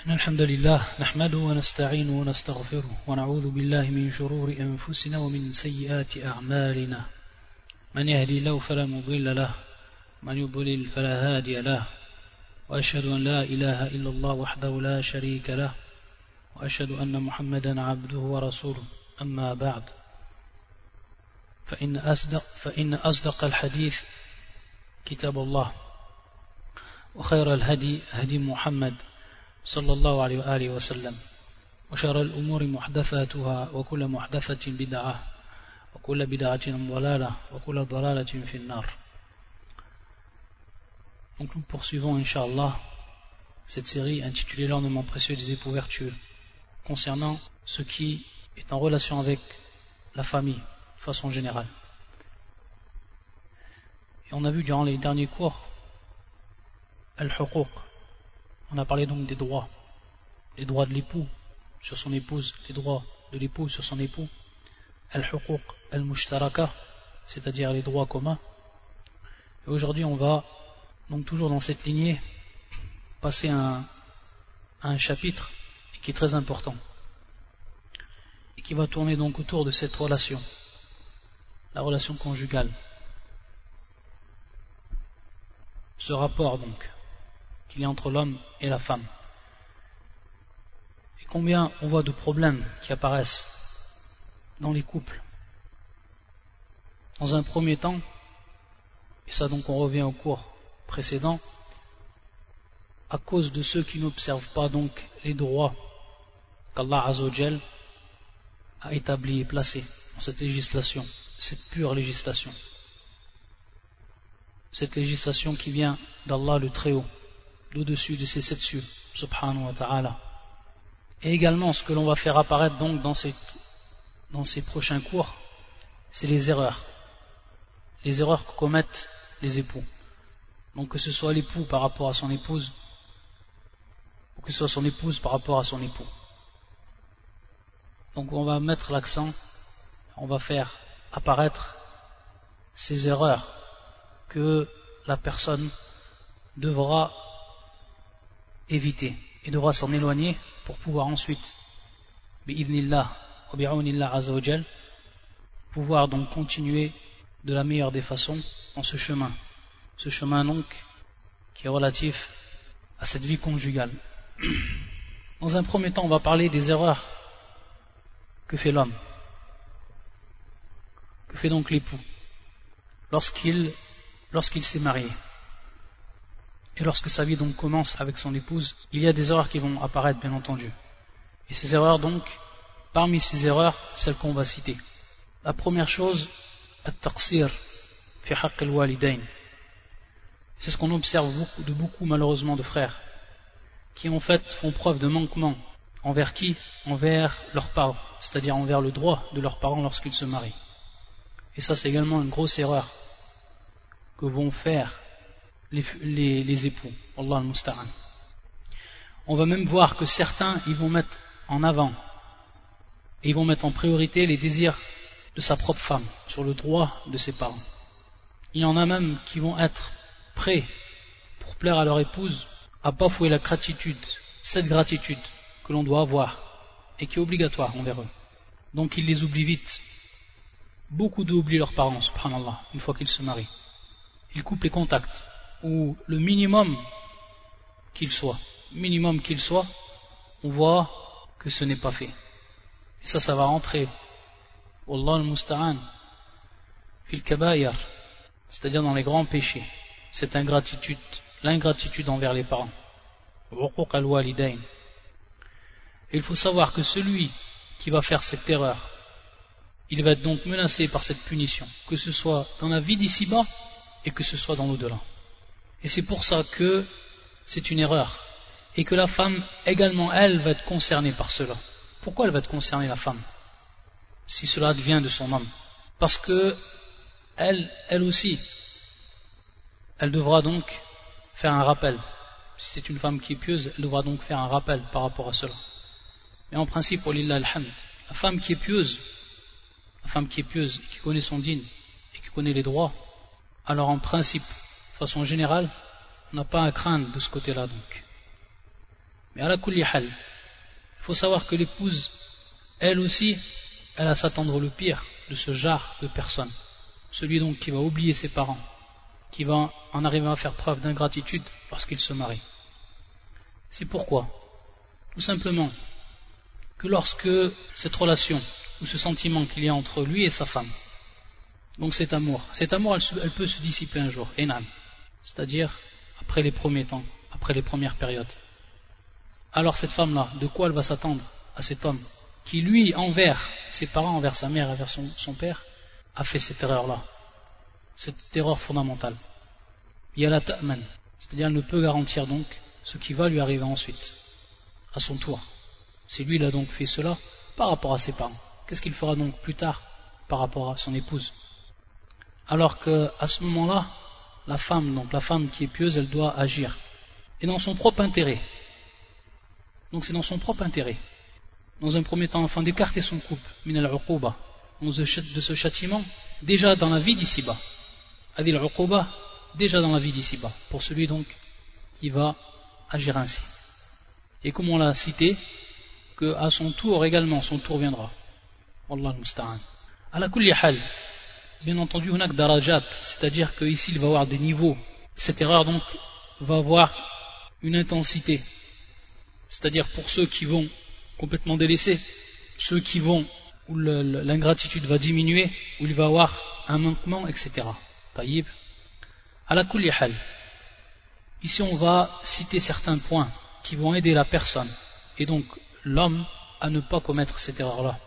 الحمد لله نحمده ونستعينه ونستغفره ونعوذ بالله من شرور أنفسنا ومن سيئات أعمالنا من يهدي الله فلا مضل له من يضلل فلا هادي له وأشهد أن لا إله إلا الله وحده لا شريك له وأشهد أن محمدا عبده ورسوله أما بعد فإن أصدق الحديث كتاب الله وخير الهدي هدي محمد صلى الله عليه وآله وسلم وشر الأمور محدثاتها وكل محدثة بدعة وكل بدعة ضلالة وكل ضلالة في النار. Donc nous poursuivons Inch'Allah cette série intitulée L'ornement précieux des époux vertueux concernant ce qui est en relation avec la famille de façon générale. Et on a vu durant les derniers cours Al-Huquq. On a parlé donc des droits, les droits de l'époux sur son épouse, les droits de l'épouse sur son époux, al-huquq al-mushtaraka, c'est-à-dire les droits communs. Et aujourd'hui on va donc toujours dans cette lignée passer à un chapitre qui est très important et qui va tourner donc autour de cette relation, la relation conjugale, ce rapport donc qu'il y a entre l'homme et la femme. Et combien on voit de problèmes qui apparaissent dans les couples. Dans un premier temps, et ça donc on revient au cours précédent, à cause de ceux qui n'observent pas donc les droits qu'Allah Azzawajal a établis et placés dans cette législation, cette pure législation. Cette législation qui vient d'Allah le Très-Haut, d'au-dessus de ces sept cieux, subhanahu wa ta'ala. Et également, ce que l'on va faire apparaître donc dans ces prochains cours, c'est les erreurs que commettent les époux. Donc que ce soit l'époux par rapport à son épouse, ou que ce soit son épouse par rapport à son époux. Donc on va mettre l'accent, on va faire apparaître ces erreurs que la personne devra éviter et devra s'en éloigner pour pouvoir ensuite bi'idhnillah wa bi'awnillah azawajal pouvoir donc continuer de la meilleure des façons dans ce chemin donc qui est relatif à cette vie conjugale. Dans un premier temps on va parler des erreurs que fait l'homme, que fait donc l'époux lorsqu'il s'est marié. Et lorsque sa vie donc commence avec son épouse, il y a des erreurs qui vont apparaître bien entendu. Et ces erreurs donc, parmi ces erreurs, celles qu'on va citer. La première chose, at-taqsir fi haqq al-walidayn. C'est ce qu'on observe beaucoup malheureusement de frères qui en fait font preuve de manquement. Envers qui? Envers leurs parents, c'est-à-dire envers le droit de leurs parents lorsqu'ils se marient. Et ça c'est également une grosse erreur que vont faire les époux, Allah al-Musta'an. On va même voir que certains ils vont mettre en avant et ils vont mettre en priorité les désirs de sa propre femme sur le droit de ses parents. Il y en a même qui vont être prêts pour plaire à leur épouse à bafouer la gratitude, cette gratitude que l'on doit avoir et qui est obligatoire envers eux. Donc ils les oublient vite. Beaucoup d'oublient leurs parents, subhanallah, une fois qu'ils se marient. Ils coupent les contacts, ou le minimum qu'il soit, on voit que ce n'est pas fait. Et ça va rentrer, Wallah al-Musta'an, fil kabaïr, c'est-à-dire dans les grands péchés, cette ingratitude, l'ingratitude envers les parents. Uquq al-walidayn. Et il faut savoir que celui qui va faire cette erreur, il va être donc menacé par cette punition, que ce soit dans la vie d'ici-bas et que ce soit dans l'au-delà. Et c'est pour ça que c'est une erreur. Et que la femme également, elle, va être concernée par cela. Pourquoi elle va être concernée, la femme, si cela vient de son homme? Parce que elle aussi, elle devra donc faire un rappel. Si c'est une femme qui est pieuse, elle devra donc faire un rappel par rapport à cela. Mais en principe, walillah alhamd, la femme qui est pieuse, qui connaît son dîn et qui connaît les droits, alors en principe, de façon générale, on n'a pas à craindre de ce côté-là donc. Mais à la kulli hal, il faut savoir que l'épouse, elle aussi, elle a à s'attendre le pire de ce genre de personne. Celui donc qui va oublier ses parents, qui va en arriver à faire preuve d'ingratitude lorsqu'il se marie. C'est pourquoi, tout simplement, que lorsque cette relation ou ce sentiment qu'il y a entre lui et sa femme, donc cet amour, elle peut se dissiper un jour, énan, c'est-à-dire après les premiers temps, après les premières périodes. Alors cette femme-là, de quoi elle va s'attendre à cet homme qui lui, envers ses parents, envers sa mère, envers son père, a fait cette erreur-là, cette erreur fondamentale. Il y a la ta'man, c'est-à-dire elle ne peut garantir donc ce qui va lui arriver ensuite, à son tour. Si lui il a donc fait cela par rapport à ses parents, qu'est-ce qu'il fera donc plus tard par rapport à son épouse? Alors qu'à ce moment-là, la femme qui est pieuse, elle doit agir. Et dans son propre intérêt. Donc c'est dans son propre intérêt. Dans un premier temps, afin d'écarter son couple, min al-uquba, de ce châtiment, déjà dans la vie d'ici-bas. Adil uquba, déjà dans la vie d'ici-bas, pour celui donc qui va agir ainsi. Et comme on l'a cité, qu'à son tour également, son tour viendra. Wallah al-musta'an. Ala kulli hal, bien entendu, hunak darajat, c'est-à-dire qu'ici il va y avoir des niveaux. Cette erreur donc va avoir une intensité. C'est-à-dire pour ceux qui vont complètement délaisser, ceux qui vont où l'ingratitude va diminuer, où il va y avoir un manquement, etc. Taïb. Ala kulli hal. Ici on va citer certains points qui vont aider la personne et donc l'homme à ne pas commettre cette erreur-là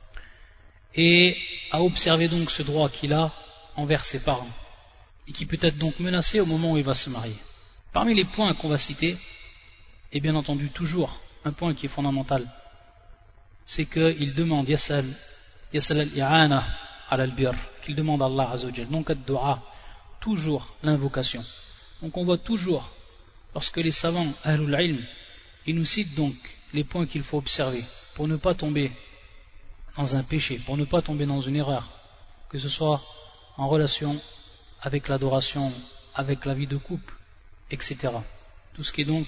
et à observer donc ce droit qu'il a envers ses parents et qui peut être donc menacé au moment où il va se marier. Parmi les points qu'on va citer, et bien entendu toujours un point qui est fondamental, c'est qu'il demande yasal al-i'ana al-bir, qu'il demande à Allah Azza wa Jal, donc ad-du'a, toujours l'invocation. Donc on voit toujours, lorsque les savants ahlul ilm, ils nous citent donc les points qu'il faut observer pour ne pas tomber dans un péché, pour ne pas tomber dans une erreur, que ce soit en relation avec l'adoration, avec la vie de couple, etc. Tout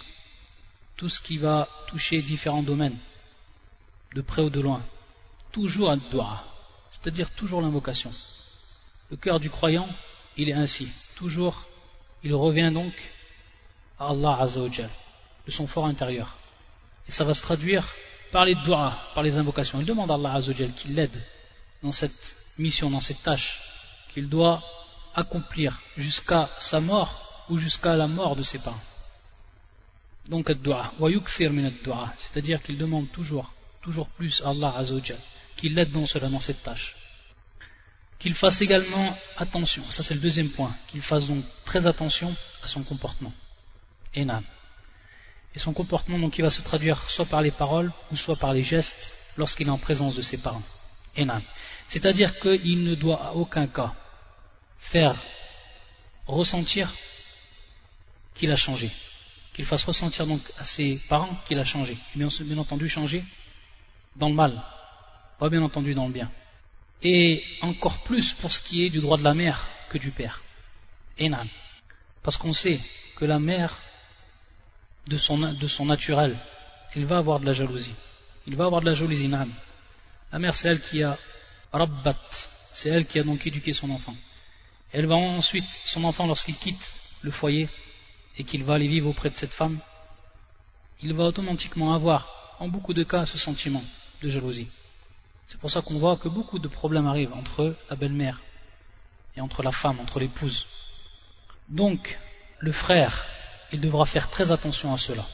ce qui va toucher différents domaines, de près ou de loin, toujours un dua, c'est-à-dire toujours l'invocation. Le cœur du croyant, il est ainsi, toujours, il revient donc à Allah Azza wa Jal, de son fort intérieur. Et ça va se traduire par les du'a, par les invocations. Il demande à Allah Azza wa Jal qu'il l'aide dans cette mission, dans cette tâche qu'il doit accomplir jusqu'à sa mort ou jusqu'à la mort de ses parents. Donc ad-du'a, wa yukthir min ad-du'a, c'est-à-dire qu'il demande toujours plus à Allah Azza wa Jal qu'il l'aide dans cela, dans cette tâche. Qu'il fasse également attention, ça c'est le deuxième point, qu'il fasse donc très attention à son comportement. Enam. Et son comportement donc il va se traduire soit par les paroles ou soit par les gestes lorsqu'il est en présence de ses parents. Enam. C'est-à-dire qu'il ne doit à aucun cas faire ressentir qu'il a changé. Qu'il fasse ressentir donc à ses parents qu'il a changé. Et bien entendu changé dans le mal, pas bien entendu dans le bien. Et encore plus pour ce qui est du droit de la mère que du père. Enam. Parce qu'on sait que la mère, de son naturel, elle va avoir de la jalousie. Il va avoir de la jalousie, naam. La mère, c'est elle qui a rabbat, c'est elle qui a donc éduqué son enfant. Elle va ensuite, son enfant, lorsqu'il quitte le foyer et qu'il va aller vivre auprès de cette femme, il va automatiquement avoir, en beaucoup de cas, ce sentiment de jalousie. C'est pour ça qu'on voit que beaucoup de problèmes arrivent entre la belle-mère et entre la femme, entre l'épouse. Donc, le frère, il devra faire très attention à cela.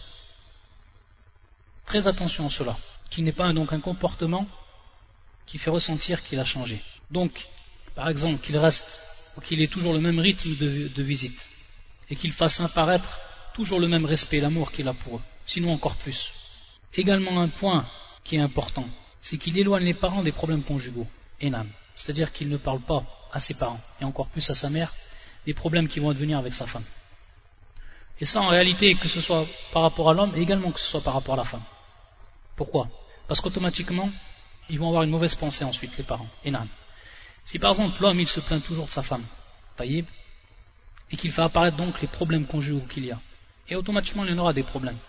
Très attention à cela. Qu'il n'ait pas donc un comportement qui fait ressentir qu'il a changé. Donc, par exemple, qu'il reste ou qu'il ait toujours le même rythme de visite et qu'il fasse apparaître toujours le même respect et l'amour qu'il a pour eux, sinon encore plus. Également un point qui est important, c'est qu'il éloigne les parents des problèmes conjugaux, enam, c'est-à-dire qu'il ne parle pas à ses parents et encore plus à sa mère des problèmes qui vont advenir avec sa femme. Et ça en réalité, que ce soit par rapport à l'homme et également que ce soit par rapport à la femme. Pourquoi? Parce qu'automatiquement ils vont avoir une mauvaise pensée ensuite, les parents. Enam. Si par exemple l'homme il se plaint toujours de sa femme, taïb, et qu'il fait apparaître donc les problèmes conjugaux qu'il y a, et automatiquement il y en aura des problèmes.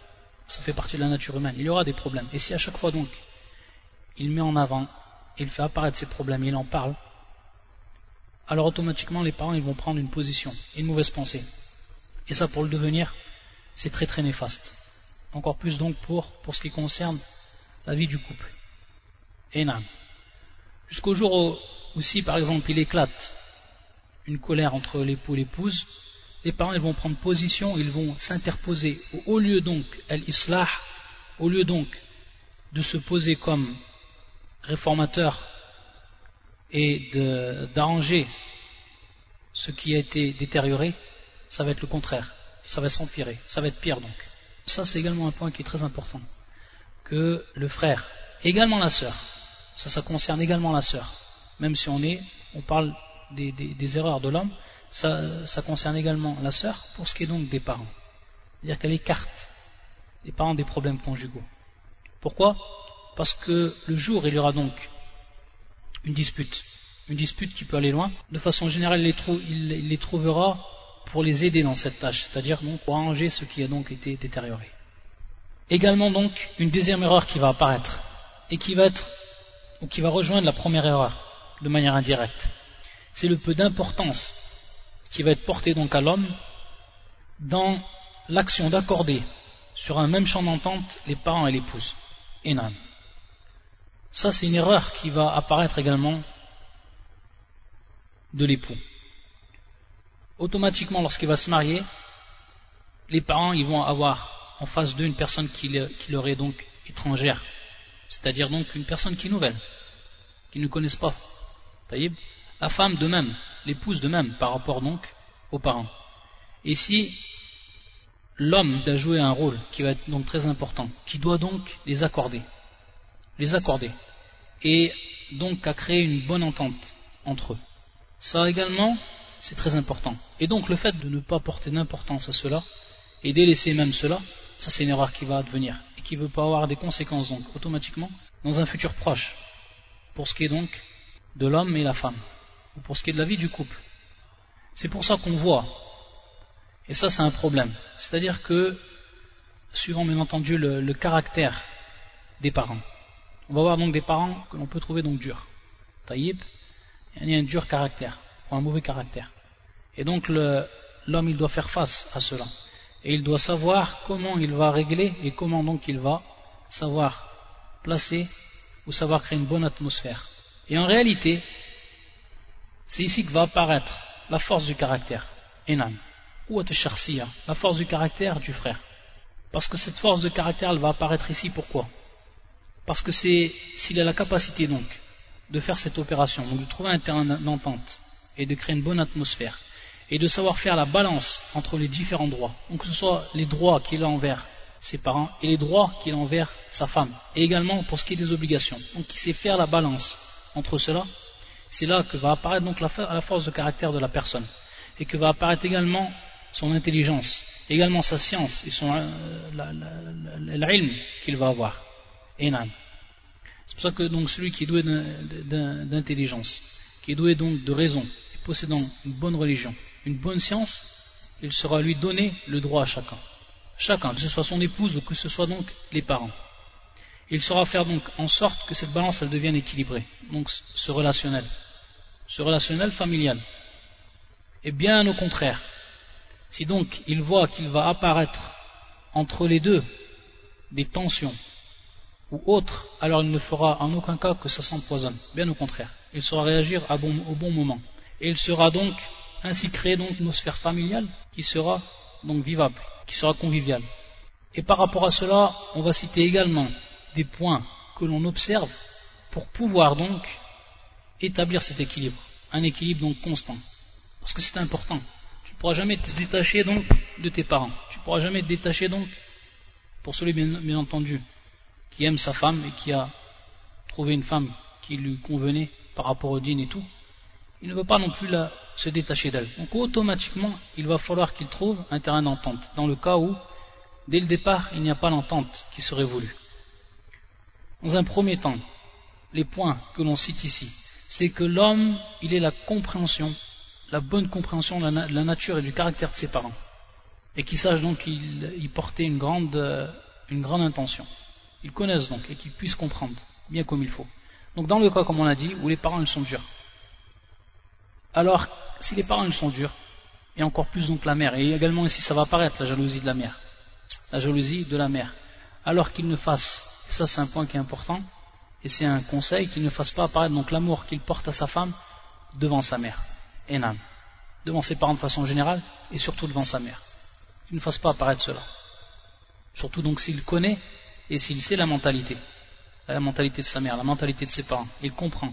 Ça fait partie de la nature humaine. Il y aura des problèmes. Et si à chaque fois donc, il met en avant, il fait apparaître ces problèmes, il en parle, alors automatiquement les parents ils vont prendre une position, une mauvaise pensée. Et ça pour le devenir, c'est très très néfaste. Encore plus donc pour ce qui concerne la vie du couple. Et non. Jusqu'au jour où si par exemple il éclate une colère entre l'époux et l'épouse, les parents ils vont prendre position, ils vont s'interposer au lieu donc al-islah, au lieu donc de se poser comme réformateur et d'arranger ce qui a été détérioré, ça va être le contraire, ça va s'empirer, ça va être pire donc. Ça c'est également un point qui est très important, que le frère, également la sœur, ça concerne également la sœur, même si on parle des erreurs de l'homme, ça concerne également la sœur pour ce qui est donc des parents. C'est-à-dire qu'elle écarte les parents des problèmes conjugaux. Pourquoi? Parce que le jour il y aura donc une dispute qui peut aller loin, de façon générale il les trouvera pour les aider dans cette tâche, c'est-à-dire donc pour arranger ce qui a donc été détérioré. Également donc une deuxième erreur qui va apparaître et qui va rejoindre la première erreur de manière indirecte, c'est le peu d'importance qui va être porté donc à l'homme dans l'action d'accorder sur un même champ d'entente les parents et l'épouse. Et non. Ça c'est une erreur qui va apparaître également de l'époux. Automatiquement lorsqu'il va se marier, les parents ils vont avoir en face d'eux une personne qui leur est donc étrangère, c'est-à-dire donc une personne qui est nouvelle, qu'ils ne connaissent pas. Taïb. La femme de même, l'épouse de même par rapport donc aux parents. Et si l'homme doit jouer un rôle qui va être donc très important, qui doit donc les accorder, et donc à créer une bonne entente entre eux. Ça également, c'est très important. Et donc le fait de ne pas porter d'importance à cela, et délaisser même cela, ça c'est une erreur qui va advenir, et qui ne peut pas avoir des conséquences donc automatiquement dans un futur proche, pour ce qui est donc de l'homme et la femme, ou pour ce qui est de la vie du couple. C'est pour ça qu'on voit, et ça c'est un problème, c'est-à-dire que, suivant bien entendu le caractère des parents, on va voir donc des parents que l'on peut trouver donc durs. Taïb, il y a un dur caractère, ou un mauvais caractère. Et donc l'homme il doit faire face à cela. Et il doit savoir comment il va régler et comment donc il va savoir placer ou savoir créer une bonne atmosphère. Et en réalité, c'est ici que va apparaître la force du caractère. Enam. Ou la force du caractère du frère. Parce que cette force de caractère elle va apparaître ici, pourquoi? Parce que s'il a la capacité donc de faire cette opération, donc de trouver un terrain d'entente et de créer une bonne atmosphère et de savoir faire la balance entre les différents droits, donc que ce soit les droits qu'il a envers ses parents et les droits qu'il a envers sa femme, et également pour ce qui est des obligations, donc il sait faire la balance entre cela, c'est là que va apparaître donc la force de caractère de la personne, et que va apparaître également son intelligence, également sa science et l'ilm qu'il va avoir. Et non. C'est pour ça que donc celui qui est doué d'intelligence, qui est doué donc de raison, et possédant une bonne religion, une bonne science, il sera lui donné le droit à chacun. Chacun, que ce soit son épouse ou que ce soit donc les parents. Il saura faire donc en sorte que cette balance elle devienne équilibrée. Donc ce relationnel familial. Et bien au contraire, si donc il voit qu'il va apparaître entre les deux des tensions ou autre, alors il ne fera en aucun cas que ça s'empoisonne. Bien au contraire, il saura réagir au bon moment. Et il sera donc ainsi créé donc une atmosphère familiale qui sera donc vivable, qui sera conviviale. Et par rapport à cela, on va citer également des points que l'on observe pour pouvoir donc établir cet équilibre, un équilibre donc constant. Parce que c'est important. Tu ne pourras jamais te détacher donc de tes parents. Tu ne pourras jamais te détacher donc, pour celui bien entendu, qui aime sa femme et qui a trouvé une femme qui lui convenait par rapport au dîn et tout, il ne veut pas non plus se détacher d'elle. Donc automatiquement, il va falloir qu'il trouve un terrain d'entente, dans le cas où, dès le départ, il n'y a pas l'entente qui serait voulue. Dans un premier temps, les points que l'on cite ici, c'est que l'homme, il ait la bonne compréhension de la nature et du caractère de ses parents, et qu'il sache donc qu'il portait une grande une grande intention. Ils connaissent donc et qu'ils puissent comprendre bien comme il faut. Donc dans le cas, comme on l'a dit, où les parents ils sont durs. Alors, si les parents ils sont durs, et encore plus donc la mère, et également ici ça va apparaître la jalousie de la mère, la jalousie de la mère, alors qu'il ne fasse, et ça c'est un point qui est important, et c'est un conseil, qu'il ne fasse pas apparaître donc l'amour qu'il porte à sa femme devant sa mère, énam, devant ses parents de façon générale, et surtout devant sa mère. Qu'il ne fasse pas apparaître cela. Surtout donc s'il connaît et s'il sait la mentalité de sa mère, la mentalité de ses parents, il comprend.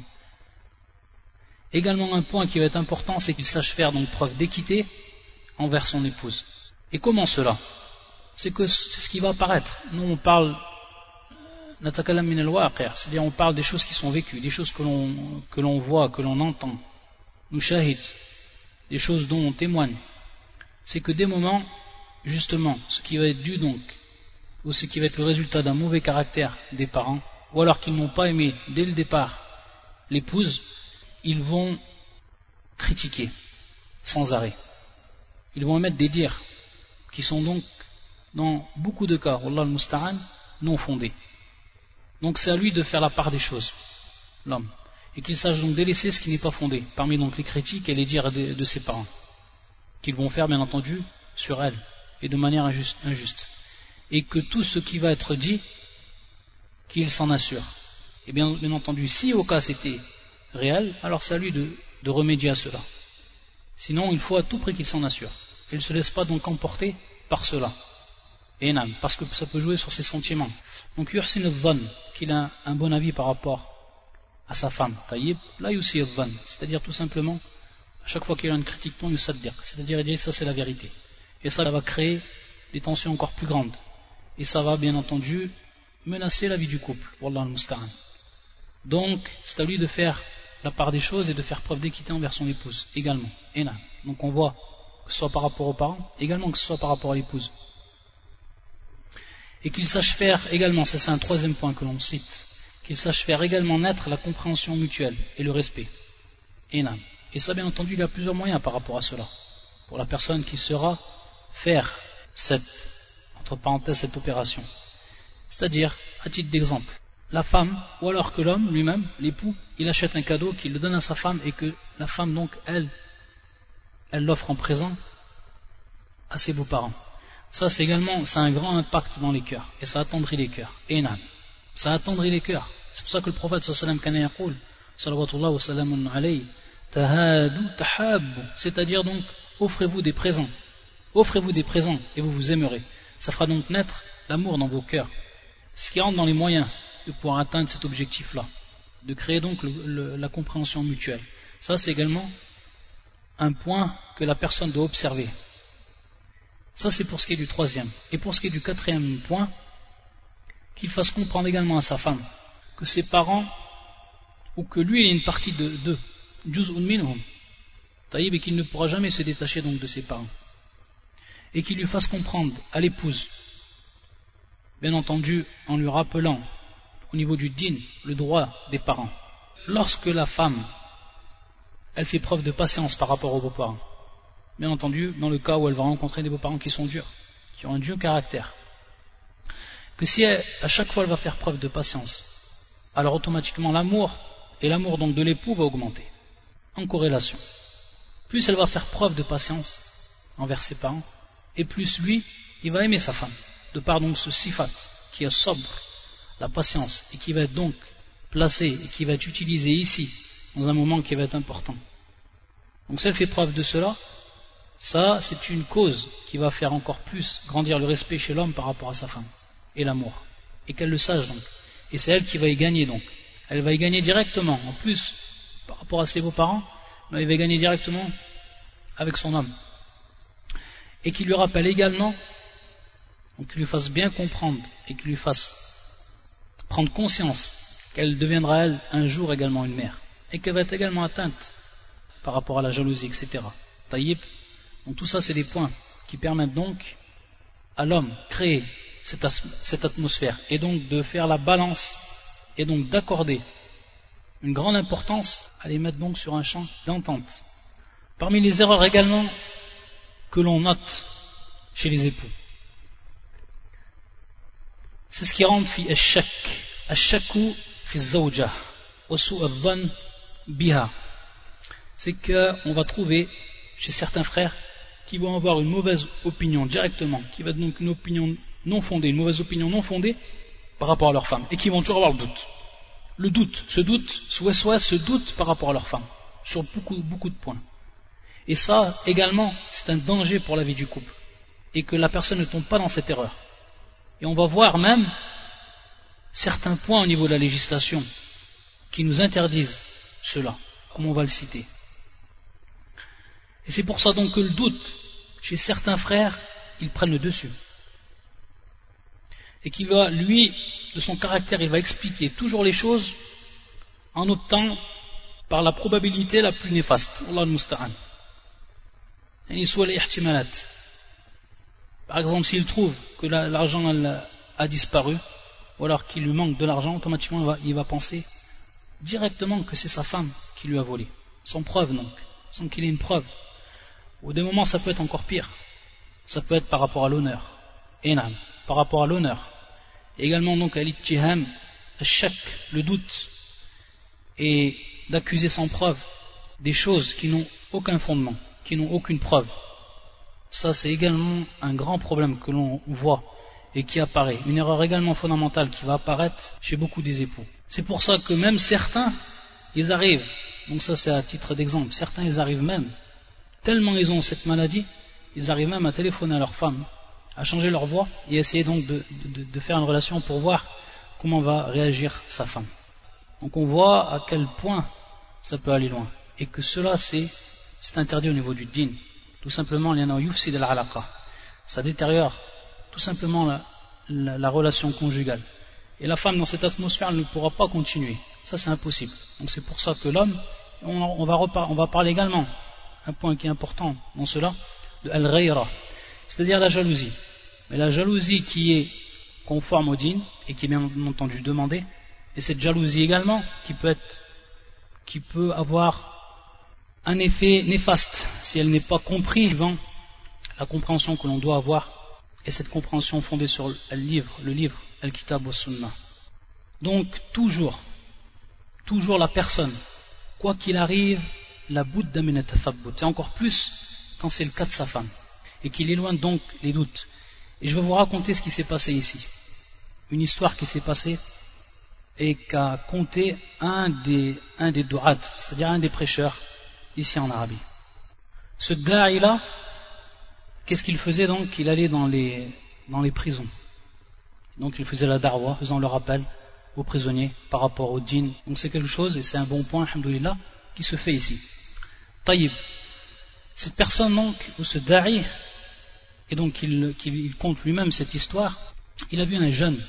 Également un point qui va être important, c'est qu'il sache faire donc preuve d'équité envers son épouse. Et comment cela? C'est ce qui va apparaître. Nous on parle natakalam min al-waqi', c'est-à-dire on parle des choses qui sont vécues, des choses que l'on voit, que l'on entend, nous shahid, des choses dont on témoigne. C'est que des moments, justement, ce qui va être dû donc, ou ce qui va être le résultat d'un mauvais caractère des parents, ou alors qu'ils n'ont pas aimé dès le départ l'épouse, ils vont critiquer sans arrêt. Ils vont émettre des dires qui sont donc, dans beaucoup de cas, wallah al-musta'an, non fondés. Donc c'est à lui de faire la part des choses, l'homme, et qu'il sache donc délaisser ce qui n'est pas fondé, parmi donc les critiques et les dires de ses parents, qu'ils vont faire bien entendu sur elle, et de manière injuste. Et que tout ce qui va être dit, qu'il s'en assure. Et bien entendu, si au cas c'était réel, alors c'est à lui de remédier à cela. Sinon, il faut à tout prix qu'il s'en assure. Il ne se laisse pas donc emporter par cela. Et non, parce que ça peut jouer sur ses sentiments. Donc, yuhsin al-dhann, qu'il a un bon avis par rapport à sa femme. Taïb, la yusi al-dhann, c'est-à-dire tout simplement, à chaque fois qu'il a une critique, yusaddiq, c'est-à-dire il dit ça c'est la vérité. Et ça va créer des tensions encore plus grandes. Et ça va bien entendu menacer la vie du couple. Wallah al-musta'an. Donc, c'est à lui de faire la part des choses et de faire preuve d'équité envers son épouse également. Et là, donc on voit que ce soit par rapport aux parents, également que ce soit par rapport à l'épouse. Et qu'il sache faire également, ça c'est un troisième point que l'on cite, qu'il sache faire également naître la compréhension mutuelle et le respect. Et là. Et ça bien entendu, il y a plusieurs moyens par rapport à cela. Pour la personne qui saura faire cette, entre parenthèses, cette opération. C'est-à-dire, à titre d'exemple, la femme, ou alors que l'homme lui-même, l'époux, il achète un cadeau qu'il le donne à sa femme et que la femme donc, elle l'offre en présent à ses beaux-parents. Ça c'est également, ça a un grand impact dans les cœurs et ça attendrit les cœurs. Et non, ça attendrit les cœurs. C'est pour ça que le prophète sallallahu alayhi wa sallam salawatullah wa salamun alayhi tahadu tahabbu, c'est-à-dire donc offrez-vous des présents et vous vous aimerez. Ça fera donc naître l'amour dans vos cœurs. C'est ce qui rentre dans les moyens de pouvoir atteindre cet objectif-là, de créer donc la compréhension mutuelle. Ça c'est également un point que la personne doit observer. Ça c'est pour ce qui est du troisième. Et pour ce qui est du quatrième point, qu'il fasse comprendre également à sa femme que ses parents, ou que lui ait une partie d'eux, juz'un minhum, taïb, et qu'il ne pourra jamais se détacher donc de ses parents. Et qu'il lui fasse comprendre à l'épouse, bien entendu en lui rappelant au niveau du din le droit des parents. Lorsque la femme elle fait preuve de patience par rapport aux beaux-parents, bien entendu dans le cas où elle va rencontrer des beaux-parents qui sont durs, qui ont un dur caractère, que si à chaque fois elle va faire preuve de patience, alors automatiquement l'amour et l'amour donc de l'époux va augmenter en corrélation. Plus elle va faire preuve de patience envers ses parents, et plus lui il va aimer sa femme, de par donc ce sifat qui est sobre, la patience, et qui va être donc placé et qui va être utilisé ici dans un moment qui va être important. Donc si elle fait preuve de cela, ça c'est une cause qui va faire encore plus grandir le respect chez l'homme par rapport à sa femme et l'amour, et qu'elle le sache donc, et c'est elle qui va y gagner donc, elle va y gagner directement, en plus par rapport à ses beaux-parents, mais elle va y gagner directement avec son homme, et qui lui rappelle également, donc qu'il lui fasse bien comprendre et qu'il lui fasse prendre conscience qu'elle deviendra elle un jour également une mère, et qu'elle va être également atteinte par rapport à la jalousie, etc. Taïb. Donc tout ça c'est des points qui permettent donc à l'homme créer cette atmosphère et donc de faire la balance et donc d'accorder une grande importance à les mettre donc sur un champ d'entente. Parmi les erreurs également que l'on note chez les époux, C'est ce qui rentre fi al-shak. Al-shakku fi al-zawja wa su' al-dhann biha. C'est qu'on va trouver chez certains frères qui vont avoir une mauvaise opinion directement, qui va être donc une opinion non fondée, une mauvaise opinion non fondée par rapport à leur femme, et qui vont toujours avoir le doute. Le doute, ce doute par rapport à leur femme, sur beaucoup de points. Et ça, également, c'est un danger pour la vie du couple, et que la personne ne tombe pas dans cette erreur. Et on va voir même certains points au niveau de la législation qui nous interdisent cela, comme on va le citer. Et c'est pour ça donc que le doute, chez certains frères, ils prennent le dessus. Et qu'il va, lui, de son caractère, il va expliquer toujours les choses en optant par la probabilité la plus néfaste. Allah al-Musta'an. Et soit les ihtimalat. Par exemple, s'il trouve que l'argent a disparu, ou alors qu'il lui manque de l'argent, automatiquement il va penser directement que c'est sa femme qui lui a volé. Sans preuve donc, sans qu'il ait une preuve. Ou des moments ça peut être encore pire. Ça peut être par rapport à l'honneur. Enam, par rapport à l'honneur. Et également donc à l'Ittiham, al-shak, le doute, et d'accuser sans preuve des choses qui n'ont aucun fondement, qui n'ont aucune preuve. Ça c'est également un grand problème que l'on voit et qui apparaît. Une erreur également fondamentale qui va apparaître chez beaucoup des époux. C'est pour ça que même certains, ils arrivent, donc ça c'est à titre d'exemple, certains ils arrivent même, tellement ils ont cette maladie, ils arrivent même à téléphoner à leur femme, à changer leur voix et essayer donc de faire une relation pour voir comment va réagir sa femme. Donc on voit à quel point ça peut aller loin et que cela c'est interdit au niveau du din. Tout simplement, ça détériore tout simplement la relation conjugale. Et la femme dans cette atmosphère elle ne pourra pas continuer. Ça c'est impossible. Donc c'est pour ça que l'homme, on va parler également, un point qui est important dans cela, de al-ghayra, c'est-à-dire la jalousie. Mais la jalousie qui est conforme au din et qui est bien entendu demandée, et cette jalousie également qui peut avoir un effet néfaste si elle n'est pas comprise suivant la compréhension que l'on doit avoir, et cette compréhension fondée sur le livre Al-Kitab wa Sunnah. Donc toujours la personne, quoi qu'il arrive, la budda min at-tathabbut, et encore plus quand c'est le cas de sa femme et qu'il éloigne donc les doutes. Et je vais vous raconter ce qui s'est passé ici, une histoire qui s'est passée et qu'a conté un des du'at, c'est-à-dire un des prêcheurs ici en Arabie. Ce da'i là, qu'est-ce qu'il faisait donc? Il allait dans les prisons, donc il faisait la darwa, faisant le rappel aux prisonniers par rapport au din. Donc c'est quelque chose, et c'est un bon point, alhamdoulilah, qui se fait ici. Taïb, cette personne donc, ou ce da'i, et donc il compte lui-même cette histoire, il a vu un jeune,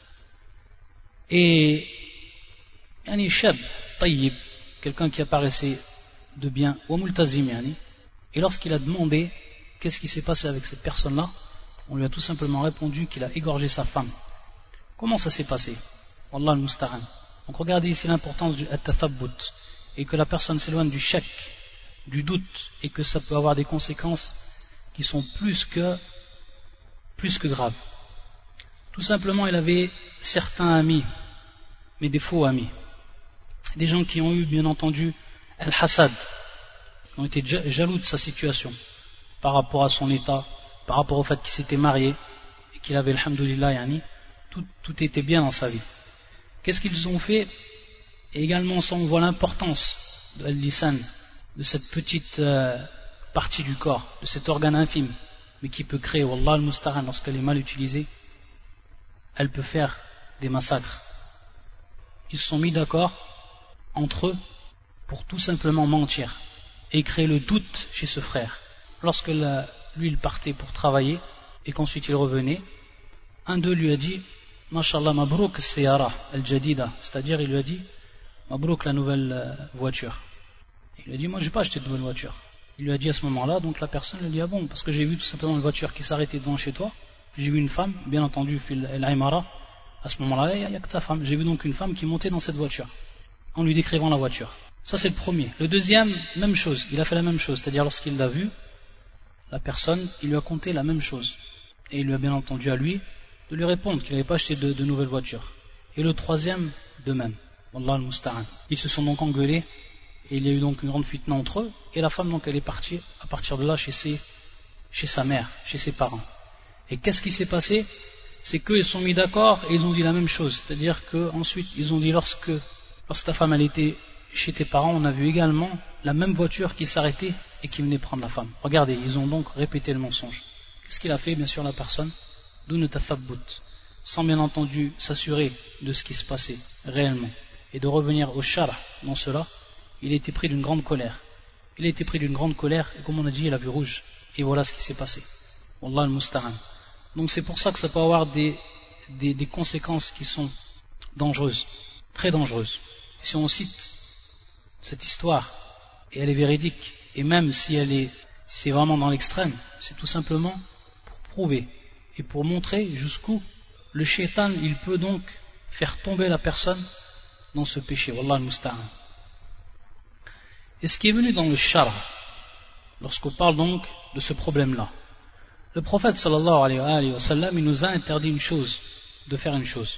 et yani shab, taïb, quelqu'un qui apparaissait de bien, wa multazim yani, et lorsqu'il a demandé qu'est-ce qui s'est passé avec cette personne-là, on lui a tout simplement répondu qu'il a égorgé sa femme. Comment ça s'est passé? Wallah al-musta'an. Donc regardez ici l'importance du at-tathabbut, et que la personne s'éloigne du shak, du doute, et que ça peut avoir des conséquences qui sont plus que graves. Tout simplement, il avait certains amis, mais des faux amis, des gens qui ont eu bien entendu al-hasad, qui ont été jaloux de sa situation par rapport à son état, par rapport au fait qu'il s'était marié et qu'il avait, alhamdoulilah, yani, tout était bien dans sa vie. Qu'est-ce qu'ils ont fait? Et également, ça on voit l'importance de al-lisan, de cette petite partie du corps, de cet organe infime, mais qui peut créer, wallah al-musta'an, lorsqu'elle est mal utilisée, elle peut faire des massacres. Ils se sont mis d'accord entre eux pour tout simplement mentir et créer le doute chez ce frère. Lorsque lui il partait pour travailler et qu'ensuite il revenait, un d'eux lui a dit Mashallah mabrouk siyara al-jadida, c'est-à-dire il lui a dit mabrouk la nouvelle voiture. Il lui a dit moi j'ai pas acheté de nouvelle voiture. Il lui a dit à ce moment-là, donc la personne lui a dit ah bon, parce que j'ai vu tout simplement une voiture qui s'arrêtait devant chez toi, j'ai vu une femme, bien entendu al-aymara, à ce moment-là il n'y a que ta femme, j'ai vu donc une femme qui montait dans cette voiture en lui décrivant la voiture. Ça c'est le premier. Le deuxième, même chose, il a fait la même chose, c'est-à-dire lorsqu'il l'a vu, la personne, il lui a conté la même chose. Et il lui a bien entendu à lui de lui répondre qu'il n'avait pas acheté de nouvelles voitures. Et le troisième, de même. Wallah al-musta'an. Ils se sont donc engueulés, et il y a eu donc une grande fitna entre eux, et la femme donc elle est partie à partir de là chez sa mère, chez ses parents. Et qu'est-ce qui s'est passé? C'est qu'ils se sont mis d'accord et ils ont dit la même chose. C'est-à-dire qu'ensuite ils ont dit lorsque ta femme elle était chez tes parents, on a vu également la même voiture qui s'arrêtait et qui venait prendre la femme. Regardez, ils ont donc répété le mensonge. Qu'est-ce qu'il a fait, bien sûr, la personne? D'où tathabbut, sans bien entendu s'assurer de ce qui se passait réellement et de revenir au shara dans cela. Il a été pris d'une grande colère. Et comme on a dit, il a vu rouge. Et voilà ce qui s'est passé. Wallah al-musta'an. Donc c'est pour ça que ça peut avoir des conséquences qui sont dangereuses, très dangereuses. Si on cite cette histoire, et elle est véridique, et même si c'est vraiment dans l'extrême, c'est tout simplement pour prouver et pour montrer jusqu'où le shaitan, il peut donc faire tomber la personne dans ce péché. Wallah al-musta'an. Et ce qui est venu dans le shara, lorsqu'on parle donc de ce problème-là, le prophète sallallahu alayhi wa sallam, il nous a interdit de faire une chose.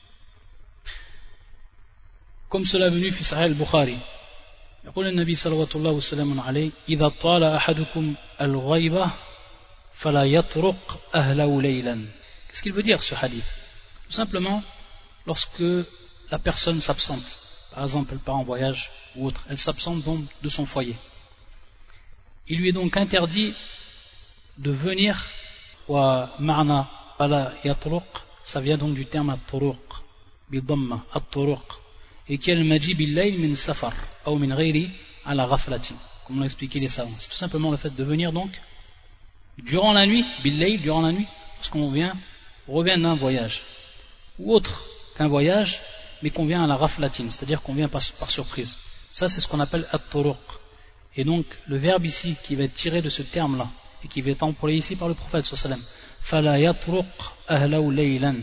Comme cela est venu في صحيح البخاري يقول النبي صلى الله وسلم عليه إذا طال أحدكم الغيبة فلا يطرق أهله ليلا. Qu'est-ce qu'il veut dire ce hadith? Tout simplement, lorsque la personne s'absente, par exemple elle part en voyage ou autre, elle s'absente donc de son foyer, il lui est donc interdit de venir, wa ma'na fala yatruq, ça vient donc du terme at-turuq bidamma at-turuq, et qui est le maji bil-layl min safar ou min ghayri ala ghaflati, comme l'ont expliqué les savants. C'est tout simplement le fait de venir donc durant la nuit, bil-layl, durant la nuit, lorsqu'on revient d'un voyage ou autre qu'un voyage, mais qu'on vient à la ghaflatin, c'est-à-dire qu'on vient par surprise. Ça c'est ce qu'on appelle at-turuq. Et donc le verbe ici qui va être tiré de ce terme là et qui va être employé ici par le prophète sallallahu alayhi wa sallam, fala yatruq ahlahu laylan.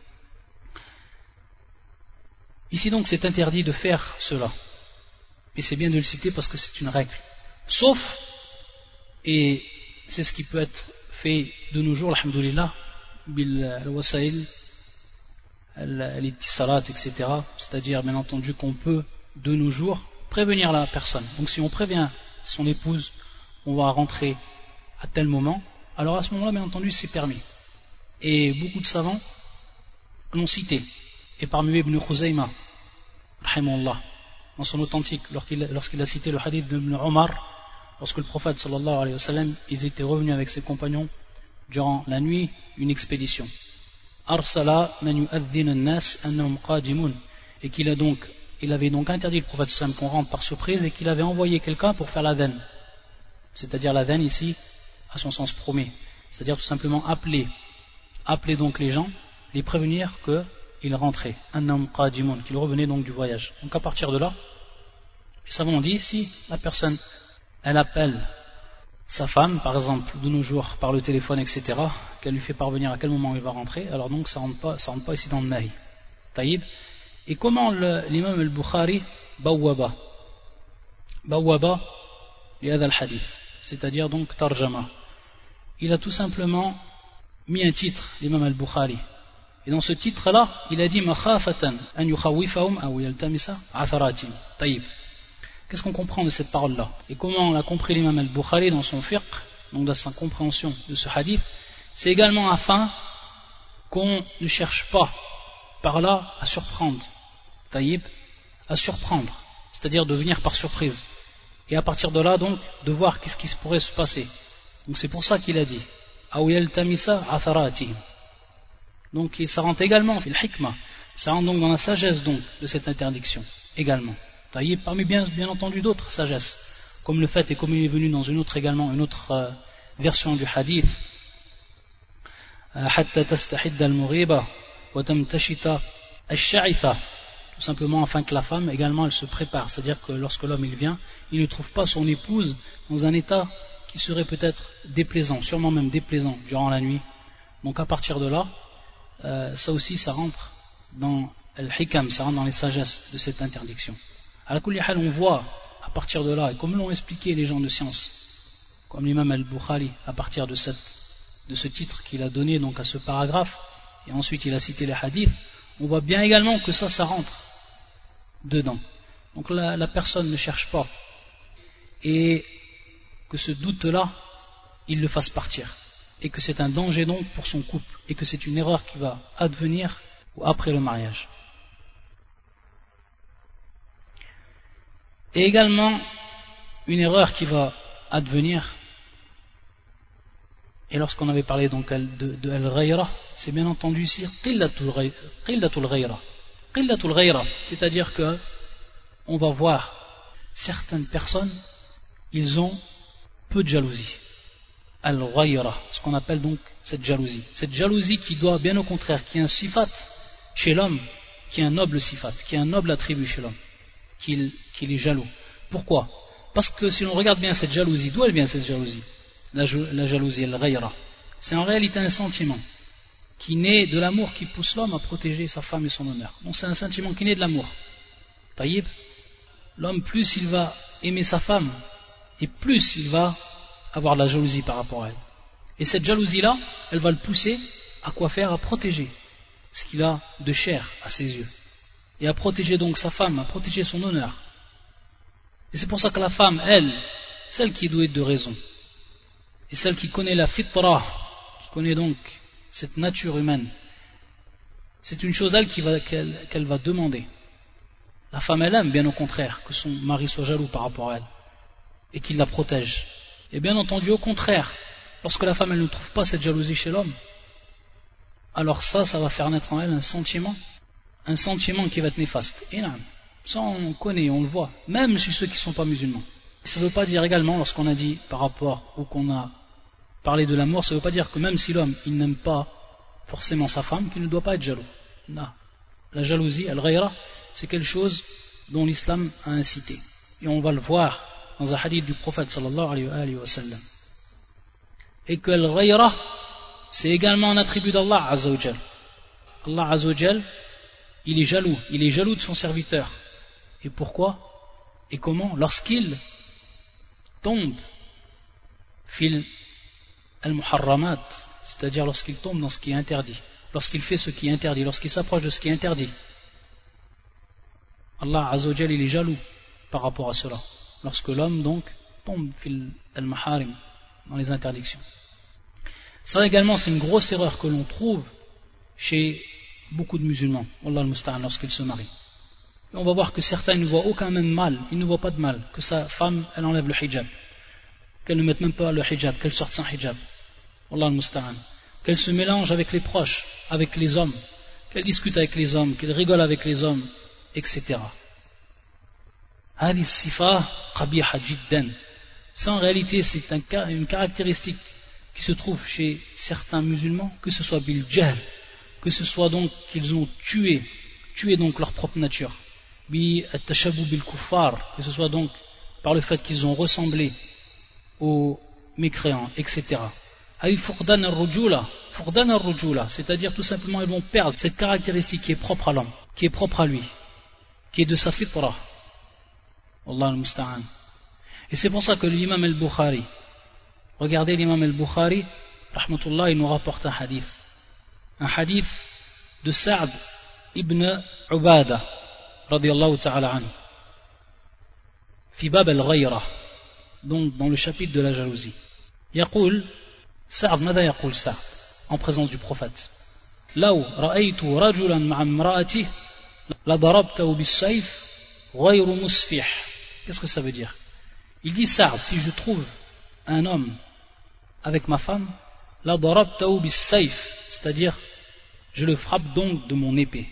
Ici donc c'est interdit de faire cela, et c'est bien de le citer parce que c'est une règle, sauf, et c'est ce qui peut être fait de nos jours, alhamdoulilah, bil wasail al-ittisalat, etc., c'est-à-dire bien entendu qu'on peut de nos jours prévenir la personne. Donc si on prévient son épouse, on va rentrer à tel moment, alors à ce moment-là bien entendu c'est permis, et beaucoup de savants l'ont cité, et parmi eux Ibn Khuzayma rahimahullah, dans son authentique, lorsqu'il a cité le hadith d'Ibn Omar, lorsque le prophète sallallahu alayhi wa sallam, ils étaient revenus avec ses compagnons durant la nuit, une expédition, arsala man yu'adhdhin an-nas annahum qadimun, et il avait donc interdit le prophète sallallahu alayhi wa sallam qu'on rentre par surprise, et qu'il avait envoyé quelqu'un pour faire l'adhan, c'est-à-dire l'adhan ici à son sens premier, c'est-à-dire tout simplement appeler donc les gens, les prévenir qu'ils rentraient, annahum qadimun, qu'ils revenaient donc du voyage. Donc à partir de là, les savants ont dit, si la personne elle appelle sa femme, par exemple de nos jours par le téléphone, etc., qu'elle lui fait parvenir à quel moment il va rentrer, alors donc ça rentre pas ici dans le nahi. Taïb. Et comment l'imam al-Bukhari bawwaba li hadha al-hadith, c'est-à-dire donc tarjama, il a tout simplement mis un titre, l'imam al-Bukhari, et dans ce titre là il a dit makhafatan an yukhawifahum aw yaltamisa atharatim. Taïb. Qu'est-ce qu'on comprend de cette parole là, et comment l'a compris l'imam al-Bukhari dans son fiqh, donc dans sa compréhension de ce hadith? C'est également afin qu'on ne cherche pas par là à surprendre, taïb, à surprendre, c'est-à-dire de venir par surprise, et à partir de là donc de voir qu'est-ce qui pourrait se passer. Donc c'est pour ça qu'il a dit aw yaltamisa atharatihim. Donc ça rentre également fil hikmah, ça rentre donc dans la sagesse donc de cette interdiction également, taïb, parmi bien entendu d'autres sagesses, comme le fait, et comme il est venu dans une autre version du hadith, hatta tastahidda al-mughiba wa tamtashita ash-sha'itha, tout simplement afin que la femme également elle se prépare, c'est-à-dire que lorsque l'homme il vient, il ne trouve pas son épouse dans un état qui serait peut-être déplaisant, sûrement même déplaisant durant la nuit. Donc à partir de là, ça aussi ça rentre dans al-hikam, ça rentre dans les sagesses de cette interdiction. À la kulli hal, on voit à partir de là, et comme l'ont expliqué les gens de science, comme l'imam al-Bukhari, à partir de ce titre qu'il a donné donc à ce paragraphe, et ensuite il a cité les hadiths, on voit bien également que ça rentre dedans. Donc la personne ne cherche pas et que ce doute-là, il le fasse partir. Et que c'est un danger donc pour son couple. Et que c'est une erreur qui va advenir après le mariage. Et également, une erreur qui va advenir, et lorsqu'on avait parlé donc de al-ghayra, c'est bien entendu ici qillatul ghayra. Qillatul ghayra, c'est-à-dire que on va voir certaines personnes, ils ont peu de jalousie. Al-ghayra, ce qu'on appelle donc cette jalousie. Cette jalousie qui doit, bien au contraire, qui est un sifat chez l'homme, qui est un noble sifat, qui est un noble attribut chez l'homme, qu'il est jaloux. Pourquoi? Parce que si l'on regarde bien cette jalousie, d'où elle vient cette jalousie? La jalousie, al-ghayra, c'est en réalité un sentiment qui naît de l'amour qui pousse l'homme à protéger sa femme et son honneur. Donc c'est un sentiment qui naît de l'amour. Taïb, l'homme, plus il va aimer sa femme, et plus il va avoir de la jalousie par rapport à elle. Et cette jalousie-là, elle va le pousser à quoi faire? À protéger ce qu'il a de cher à ses yeux. Et à protéger donc sa femme, à protéger son honneur. Et c'est pour ça que la femme, elle, celle qui est douée de raison, et celle qui connaît la fitra, qui connaît donc cette nature humaine, c'est une chose elle qu'elle va demander. La femme, elle aime bien au contraire que son mari soit jaloux par rapport à elle et qu'il la protège. Et bien entendu au contraire, lorsque la femme elle ne trouve pas cette jalousie chez l'homme, alors ça va faire naître en elle un sentiment qui va être néfaste. Et là, ça on connaît, on le voit, même chez ceux qui ne sont pas musulmans. Ça ne veut pas dire également, lorsqu'on a dit par rapport ou qu'on a parlé de l'amour, ça ne veut pas dire que même si l'homme il n'aime pas forcément sa femme, qu'il ne doit pas être jaloux. Non. La jalousie, al-ghayra, c'est quelque chose dont l'islam a incité. Et on va le voir dans un hadith du prophète sallallahu alayhi wa sallam. Et que al-ghayra, c'est également un attribut d'Allah azza wa jal. Allah azza wa jal, il est jaloux de son serviteur. Et pourquoi? Et comment? Lorsqu'il tombe fil al-muharramat, c'est-à-dire lorsqu'il tombe dans ce qui est interdit, lorsqu'il fait ce qui est interdit, lorsqu'il s'approche de ce qui est interdit. Allah azza wa jal, il est jaloux par rapport à cela. Lorsque l'homme donc tombe fil al-maharim, dans les interdictions. Ça également, c'est une grosse erreur que l'on trouve chez beaucoup de musulmans, Allah al-musta'an, lorsqu'ils se marient. Et on va voir que certains ne voient aucun même mal, ils ne voient pas de mal, que sa femme, elle enlève le hijab, qu'elle ne mette même pas le hijab, qu'elle sorte sans hijab, Allah al-musta'an, qu'elle se mélange avec les proches, avec les hommes, qu'elle discute avec les hommes, qu'elle rigole avec les hommes, etc. Hadith sifa qabiha jiddan. Ça en réalité c'est une caractéristique qui se trouve chez certains musulmans, que ce soit bil jahl, que ce soit donc qu'ils ont tué donc leur propre nature, bi at-tashabbu bil kuffar, que ce soit donc par le fait qu'ils ont ressemblé aux mécréants, etc. Hadith fuqdan ar-rujula, c'est-à-dire tout simplement ils vont perdre cette caractéristique qui est propre à l'homme, qui est propre à lui, qui est de sa fitra. Allah al-musta'an. Et c'est pour ça que l'imam al-Bukhari, regardez l'imam al-Bukhari, rahmatullah, il nous rapporte un hadith de Sa'd ibn Ubada, radiyallahu ta'ala anhu, fi bab al-ghayra, donc dans le chapitre de la jalousie. Yaqul, Sa'd, mada yaqul Sa'd, en présence du prophète. Law ra'aytu rajulan ma'a imra'atihi, la darabtahu bis-sayf, ghayru musfih. Qu'est-ce que ça veut dire? Il dit Sa'd, si je trouve un homme avec ma femme, la darabtahu bis-sayf, c'est-à-dire je le frappe donc de mon épée,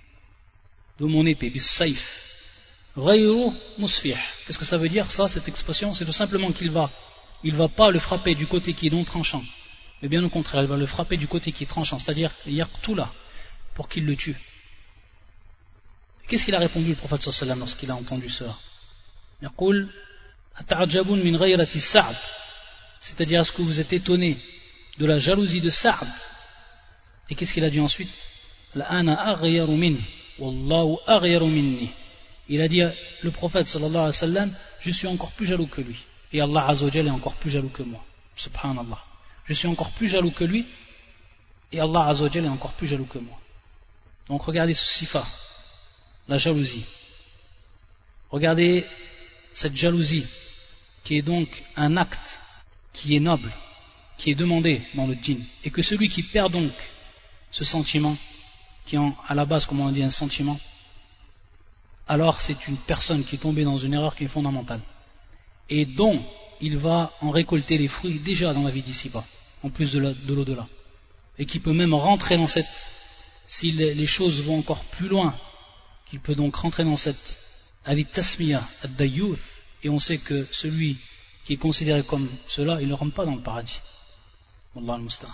bis-sayf. Ghayru musfih. Qu'est-ce que ça veut dire ça, cette expression? C'est tout simplement qu'il va pas le frapper du côté qui est non tranchant, mais bien au contraire, il va le frapper du côté qui est tranchant, c'est-à-dire yaqtula, pour qu'il le tue. Qu'est-ce qu'il a répondu le prophète sallallahu alayhi wa sallam lorsqu'il a entendu cela? Yaqul ata'ajabun min ghayrati Sa'd, c'est-à-dire est-ce que vous êtes étonné de la jalousie de Sa'd? Et qu'est-ce qu'il a dit ensuite? La ana aghyaru min wallahu aghyaru minni. Il a dit le prophète sallallahu alayhi wa sallam, je suis encore plus jaloux que lui et Allah azza wa jalla est encore plus jaloux que moi. Subhanallah. Je suis encore plus jaloux que lui et Allah Azzawajal est encore plus jaloux que moi. Donc regardez ce sifa, la jalousie. Regardez cette jalousie qui est donc un acte qui est noble, qui est demandé dans le djinn, et que celui qui perd donc ce sentiment, qui est à la base, comme on dit, un sentiment, alors c'est une personne qui est tombée dans une erreur qui est fondamentale, et dont il va en récolter les fruits déjà dans la vie d'ici-bas, en plus de l'au-delà, et qui peut même rentrer dans cette, si les choses vont encore plus loin, qu'il peut donc rentrer dans cette ad-tasmiya, ad-dayyuth, et on sait que celui qui est considéré comme cela, il ne rentre pas dans le paradis. Wallah al-musta'an.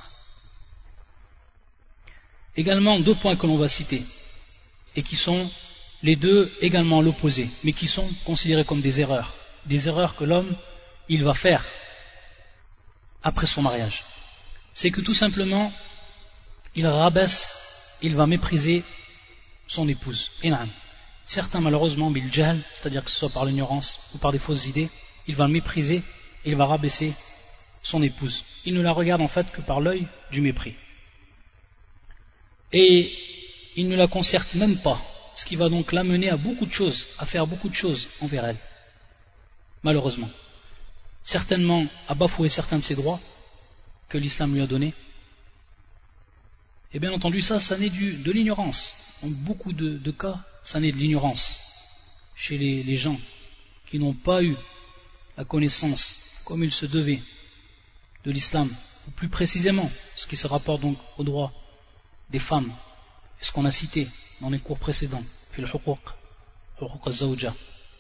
Également, deux points que l'on va citer, et qui sont les deux également l'opposé, mais qui sont considérés comme des erreurs que l'homme, il va faire après son mariage. C'est que tout simplement, il rabaisse, il va mépriser son épouse. Certains malheureusement, bil jahl, c'est-à-dire que ce soit par l'ignorance ou par des fausses idées, il va le mépriser, il va rabaisser son épouse. Il ne la regarde en fait que par l'œil du mépris. Et il ne la concerte même pas, ce qui va donc l'amener à beaucoup de choses, à faire beaucoup de choses envers elle. Malheureusement. Certainement à bafouer certains de ses droits que l'islam lui a donnés. Et bien entendu, ça naît de l'ignorance. En beaucoup de cas, ça naît de l'ignorance chez les gens qui n'ont pas eu la connaissance comme il se devait de l'islam, ou plus précisément ce qui se rapporte donc aux droits des femmes, et ce qu'on a cité dans les cours précédents, fil huquq az-zawja.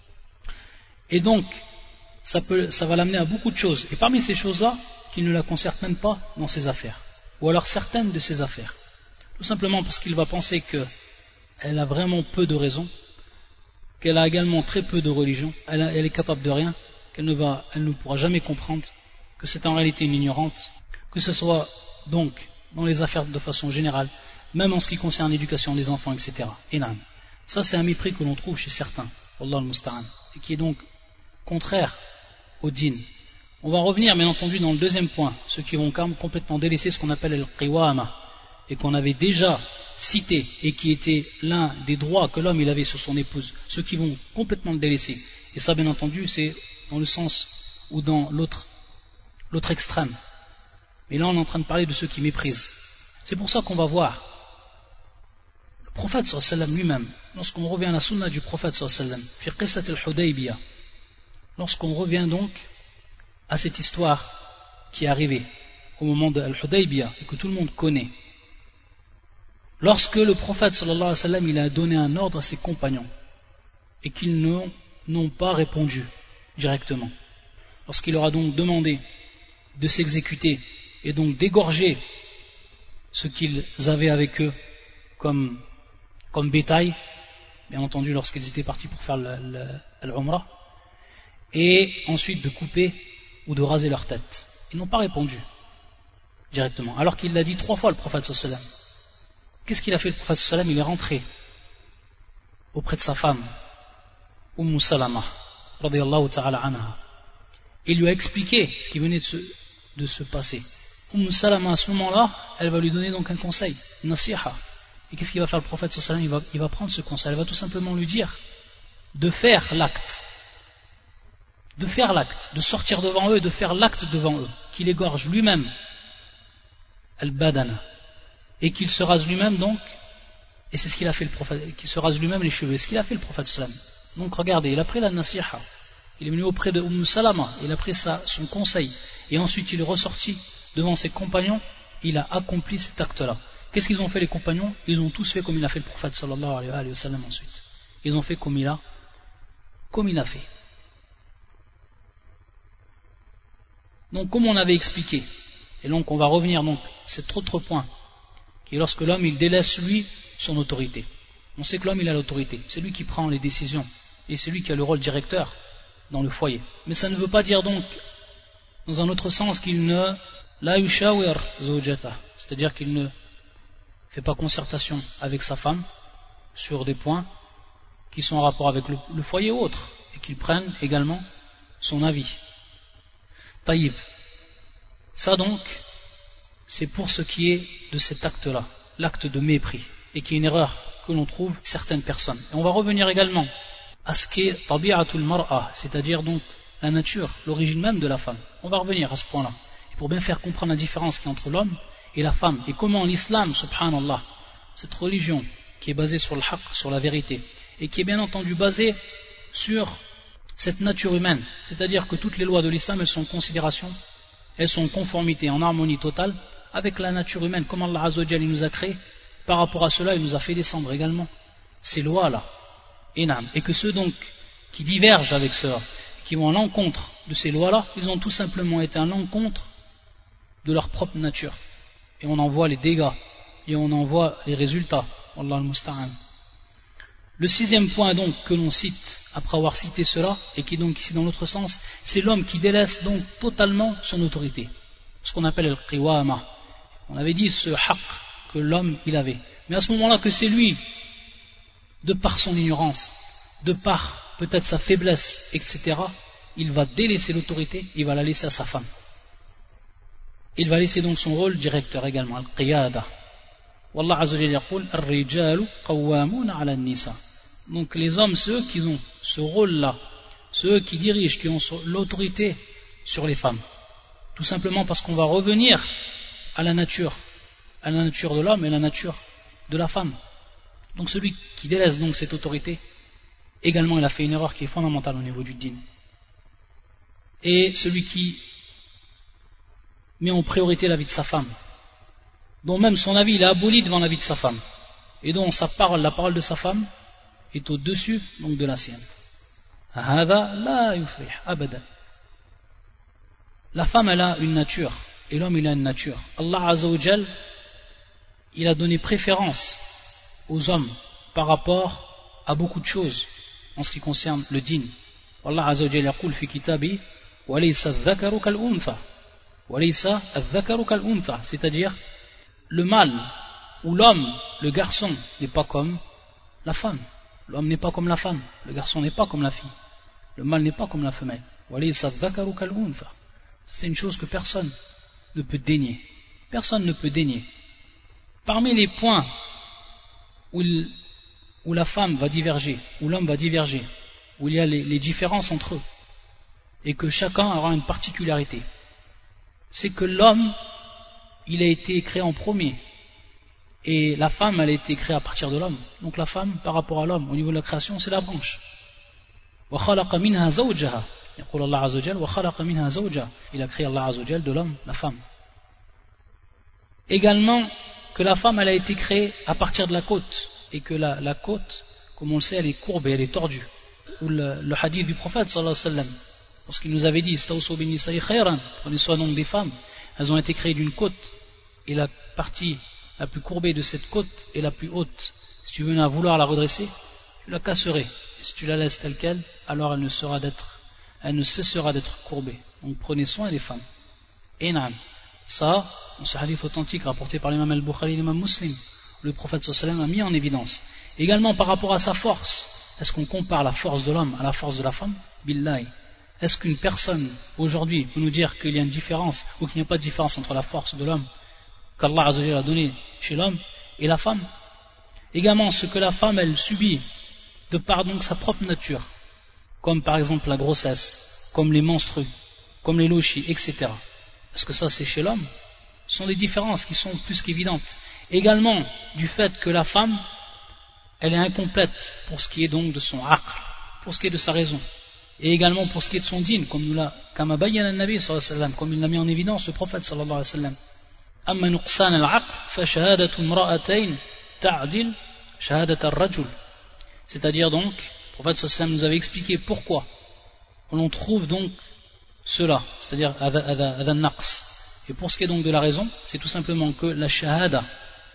Et donc, ça va l'amener à beaucoup de choses, et parmi ces choses-là, qu'il ne la concerne même pas dans ses affaires, ou alors certaines de ses affaires, tout simplement parce qu'il va penser qu'elle a vraiment peu de raison, qu'elle a également très peu de religion, elle est capable de rien, elle ne pourra jamais comprendre que c'est en réalité une ignorante, que ce soit donc dans les affaires de façon générale, même en ce qui concerne l'éducation des enfants, etc. Et non. Ça, c'est un mépris que l'on trouve chez certains, Wallah al-musta'an, et qui est donc contraire au din. On va revenir, bien entendu, dans le deuxième point, ceux qui vont quand même complètement délaisser ce qu'on appelle al-qiwama, et qu'on avait déjà cité, et qui était l'un des droits que l'homme il avait sur son épouse, ceux qui vont complètement le délaisser. Et ça, bien entendu, c'est dans le sens ou dans l'autre extrême. Mais là, on est en train de parler de ceux qui méprisent. C'est pour ça qu'on va voir le prophète sallallahu alayhi wa sallam lui-même, lorsqu'on revient à la sunna du prophète sallallahu alayhi wa sallam, fi qissat al-Hudaybiyah, lorsqu'on revient donc à cette histoire qui est arrivée au moment de Al-Hudaybiyah et que tout le monde connaît, lorsque le prophète sallallahu alayhi wa sallam il a donné un ordre à ses compagnons et qu'ils n'ont pas répondu directement, lorsqu'il leur a donc demandé de s'exécuter et donc d'égorger ce qu'ils avaient avec eux comme bétail, bien entendu lorsqu'ils étaient partis pour faire l'Umrah, et ensuite de couper ou de raser leur tête. Ils n'ont pas répondu directement, alors qu'il l'a dit 3 fois le prophète sallallahu alayhi wa sallam. Qu'est-ce qu'il a fait le prophète sallallahu alayhi wa sallam? Il est rentré auprès de sa femme Umm Salama radiyallahu ta'ala anha, et il lui a expliqué ce qui venait de se passer. Umm Salama à ce moment-là, elle va lui donner donc un conseil, nasiha. Et qu'est-ce qu'il va faire le prophète sallallahu alayhi wa sallam? Il va prendre ce conseil, elle va tout simplement lui dire de faire l'acte, de sortir devant eux et de faire l'acte devant eux, qu'il égorge lui-même al-badana, et qu'il se rase lui-même donc, et c'est ce qu'il a fait le prophète, qu'il se rase lui-même les cheveux, c'est ce qu'il a fait le prophète sallallahu alayhi wa sallam. Donc regardez, il a pris la nasiha, il est venu auprès de Umm Salama, il a pris son conseil, et ensuite il est ressorti devant ses compagnons, il a accompli cet acte-là. Qu'est-ce qu'ils ont fait les compagnons? Ils ont tous fait comme il a fait le prophète sallallahu alayhi wa sallam ensuite. Ils ont fait comme il a fait. Donc comme on avait expliqué, et donc on va revenir donc à cet autre point, qui est lorsque l'homme il délaisse lui son autorité. On sait que l'homme il a l'autorité, c'est lui qui prend les décisions, et c'est lui qui a le rôle directeur dans le foyer. Mais ça ne veut pas dire donc, dans un autre sens, qu'il ne la yushawir zawjata, c'est-à-dire qu'il ne fait pas concertation avec sa femme sur des points qui sont en rapport avec le foyer ou autre, et qu'il prenne également son avis. Taïb. Ça donc, c'est pour ce qui est de cet acte-là, l'acte de mépris, et qui est une erreur que l'on trouve certaines personnes. Et on va revenir également à ce qui est tabi'atul mar'a, c'est-à-dire donc la nature, l'origine même de la femme. On va revenir à ce point-là. Et pour bien faire comprendre la différence qu'il y a entre l'homme et la femme, et comment l'islam, subhanallah, cette religion qui est basée sur le haqq, sur la vérité, et qui est bien entendu basée sur cette nature humaine, c'est-à-dire que toutes les lois de l'islam, elles sont en considération, elles sont en conformité, en harmonie totale avec la nature humaine, comme Allah Azza wa Jalla nous a créé. Par rapport à cela, il nous a fait descendre également ces lois-là, et que ceux donc qui divergent avec cela, qui vont à l'encontre de ces lois-là, ils ont tout simplement été à l'encontre de leur propre nature, et on en voit les dégâts, et on en voit les résultats. Wallah al-musta'an. Le sixième point donc que l'on cite, après avoir cité cela, et qui est donc ici dans l'autre sens, c'est l'homme qui délaisse donc totalement son autorité, ce qu'on appelle le qiwama. On avait dit ce haqq que l'homme il avait, mais à ce moment-là que c'est lui, de par son ignorance, de par peut-être sa faiblesse, etc., il va délaisser l'autorité, il va la laisser à sa femme. Il va laisser donc son rôle directeur également, al-qiyada. Wallah Azza wa Jalla yaqul ar-rijalu qawwamuna 'ala an-nisa. Donc les hommes, ceux qui ont ce rôle-là, ceux qui dirigent, qui ont l'autorité sur les femmes. Tout simplement parce qu'on va revenir à la nature de l'homme et la nature de la femme. Donc celui qui délaisse donc cette autorité, également il a fait une erreur qui est fondamentale au niveau du din. Et celui qui met en priorité la vie de sa femme, dont même son avis il est aboli devant la vie de sa femme, et dont sa parole, la parole de sa femme, est au-dessus donc de la sienne. La femme elle a une nature, et l'homme il a une nature. Allah Azza wa Jal, il a donné préférence aux hommes par rapport à beaucoup de choses en ce qui concerne le din. Allah Azza wa Jal yaqul fi kitabi walaysa adh-dhakaru kal-untha, walaysa adh-dhakaru kal-untha, c'est-à-dire le mâle ou l'homme, le garçon n'est pas comme la femme. L'homme n'est pas comme la femme, le garçon n'est pas comme la fille, le mâle n'est pas comme la femelle. Walaysa adh-dhakaru kal-untha. C'est une chose que personne ne peut dénier. Personne ne peut dénier. Parmi les points où la femme va diverger, où l'homme va diverger, où il y a les différences entre eux, et que chacun aura une particularité, c'est que l'homme, il a été créé en premier, et la femme, elle a été créée à partir de l'homme. Donc la femme, par rapport à l'homme, au niveau de la création, c'est la branche. وَخَلَقَ مِنْهَا زَوْجَهَا. يقول الله عز وجل وَخَلَقَ مِنْهَا زَوْجَهَا. Il a créé Allah Azza wa Jal de l'homme, la femme. Également, que la femme, elle a été créée à partir de la côte, et que la côte, comme on le sait, elle est courbée, elle est tordue. Ou le hadith du prophète, sallallahu alayhi wa sallam, lorsqu'il nous avait dit istawsu bin nisa'i khayran, prenez soin donc des femmes, elles ont été créées d'une côte, et la partie la plus courbée de cette côte est la plus haute. Si tu venais à vouloir la redresser, tu la casserais. Et si tu la laisses telle qu'elle, alors elle ne cessera d'être courbée. Donc prenez soin des femmes. Et naam. Ça, dans ce hadith authentique rapporté par l'imam al-Bukhari et l'imam Muslim, le prophète sallallahu alayhi wa sallam a mis en évidence. Également par rapport à sa force, est-ce qu'on compare la force de l'homme à la force de la femme? Billahi. Est-ce qu'une personne aujourd'hui peut nous dire qu'il y a une différence ou qu'il n'y a pas de différence entre la force de l'homme qu'Allah Azza wa Jalla a donné chez l'homme et la femme? Également ce que la femme elle subit de par donc sa propre nature, comme par exemple la grossesse, comme les menstrues, comme les lochis, etc. Est-ce que ça c'est chez l'homme? Ce sont des différences qui sont plus qu'évidentes. Également du fait que la femme elle est incomplète pour ce qui est donc de son aql, pour ce qui est de sa raison, et également pour ce qui est de son dîn, comme il l'a mis en évidence le prophète sallallahu alayhi wa sallam. أما نقصان العقل فشهادة امرأتين تعدل شهادة الرجل. C'est-à-dire donc, le prophète sallallahu alayhi wa sallam nous avait expliqué pourquoi on trouve donc cela, c'est-à-dire adha naqs. Et pour ce qui est donc de la raison, c'est tout simplement que la shahada,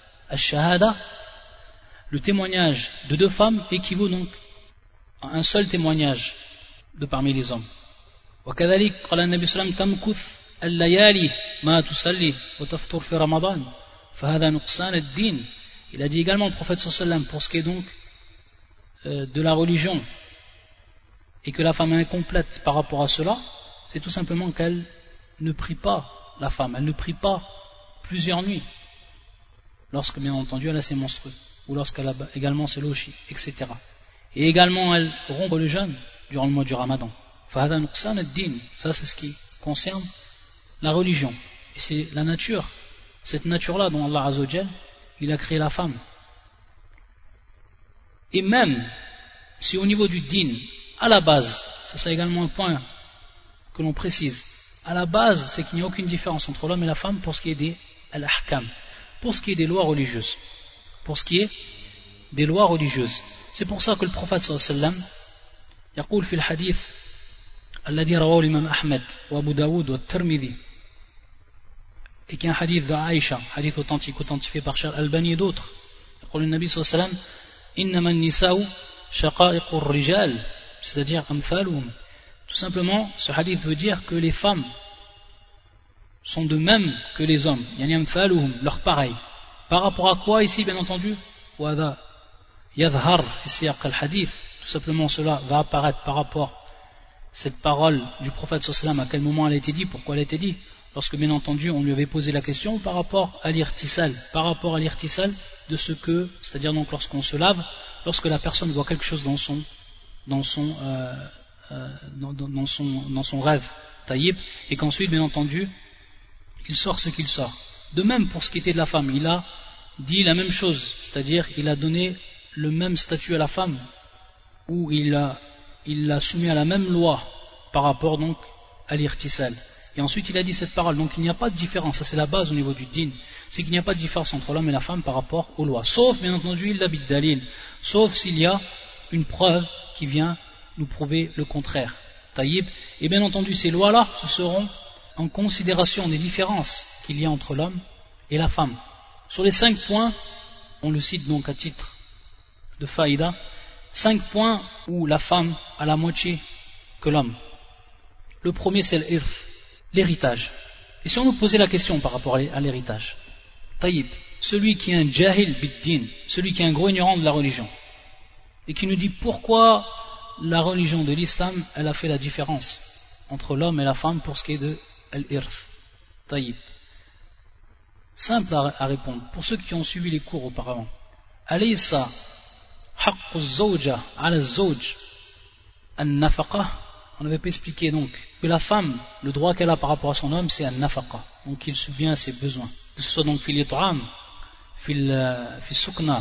le témoignage de deux femmes équivaut donc à un seul témoignage de parmi les hommes. وكذلك قال النبي صلى الله عليه وسلم تمكث الليالي ما تصلي وتفطر في رمضان فهذا نقصان الدين. Il a dit également le prophète sallallahu alayhi wa sallam pour ce qui est donc de la religion et que la femme est incomplète par rapport à cela, c'est tout simplement qu'elle ne prie pas, la femme, elle ne prie pas plusieurs nuits, lorsque bien entendu elle a ses menstrues, ou lorsqu'elle a également ses lochis, etc. Et également elle rompt le jeûne durant le mois du Ramadan. Ça c'est ce qui concerne la religion. Et c'est la nature, cette nature-là dont Allah Azza wa Jal, il a créé la femme. Et même si au niveau du din, à la base, ça c'est également un point que l'on précise, à la base c'est qu'il n'y a aucune différence entre l'homme et la femme pour ce qui est des al-ahkam, pour ce qui est des lois religieuses. Pour ce qui est des lois religieuses. C'est pour ça que le prophète sallallahu alayhi wa sallam يقول في الحديث الذي رواه الإمام أحمد وأبو داود والترمذي, et qui est un hadith de Aïcha, hadith authentique, authentifié par Cheikh Albani et d'autres. يقول النبي صلى الله عليه وسلم إنما النساء شقائق الرجال, c'est-à-dire أمثالهم. Tout simplement, ce hadith veut dire que les femmes sont de même que les hommes, يعني أمثالهم, leur pareil. Par rapport à quoi ici, bien entendu, وهذا يظهر في سياق الحديث, tout simplement cela va apparaître par rapport à cette parole du prophète sallallahu alayhi wa sallam, à quel moment elle a été dit, pourquoi elle a été dit, lorsque bien entendu on lui avait posé la question par rapport à l'irtisal, de ce que, c'est-à-dire donc lorsqu'on se lave, lorsque la personne voit quelque chose dans son rêve taïb, et qu'ensuite bien entendu il sort ce qu'il sort. De même pour ce qui était de la femme, il a dit la même chose, c'est-à-dire il a donné le même statut à la femme, où il l'a soumis à la même loi par rapport donc à l'irtisal. Et ensuite il a dit cette parole. Donc il n'y a pas de différence, ça c'est la base au niveau du din, c'est qu'il n'y a pas de différence entre l'homme et la femme par rapport aux lois, sauf bien entendu il habite dalil, sauf s'il y a une preuve qui vient nous prouver le contraire. Taïb. Et bien entendu ces lois-là, ce seront en considération des différences qu'il y a entre l'homme et la femme. Sur les 5 points, on le cite donc à titre de faïda, 5 points où la femme a la moitié que l'homme. Le premier c'est l'irth, l'héritage. Et si on nous posait la question par rapport à l'héritage, taïb, celui qui est un jahil bid-din, celui qui est un gros ignorant de la religion, et qui nous dit pourquoi la religion de l'islam, elle a fait la différence entre l'homme et la femme pour ce qui est de l'irth, taïb. Simple à répondre, pour ceux qui ont suivi les cours auparavant. Alaysa haqqu zawja ala zawj an-nafaqa. On n'avait pas expliqué donc que la femme, le droit qu'elle a par rapport à son homme, c'est an-nafaqa, donc il subvient à ses besoins, que ce soit donc fil it'am, fil sukna,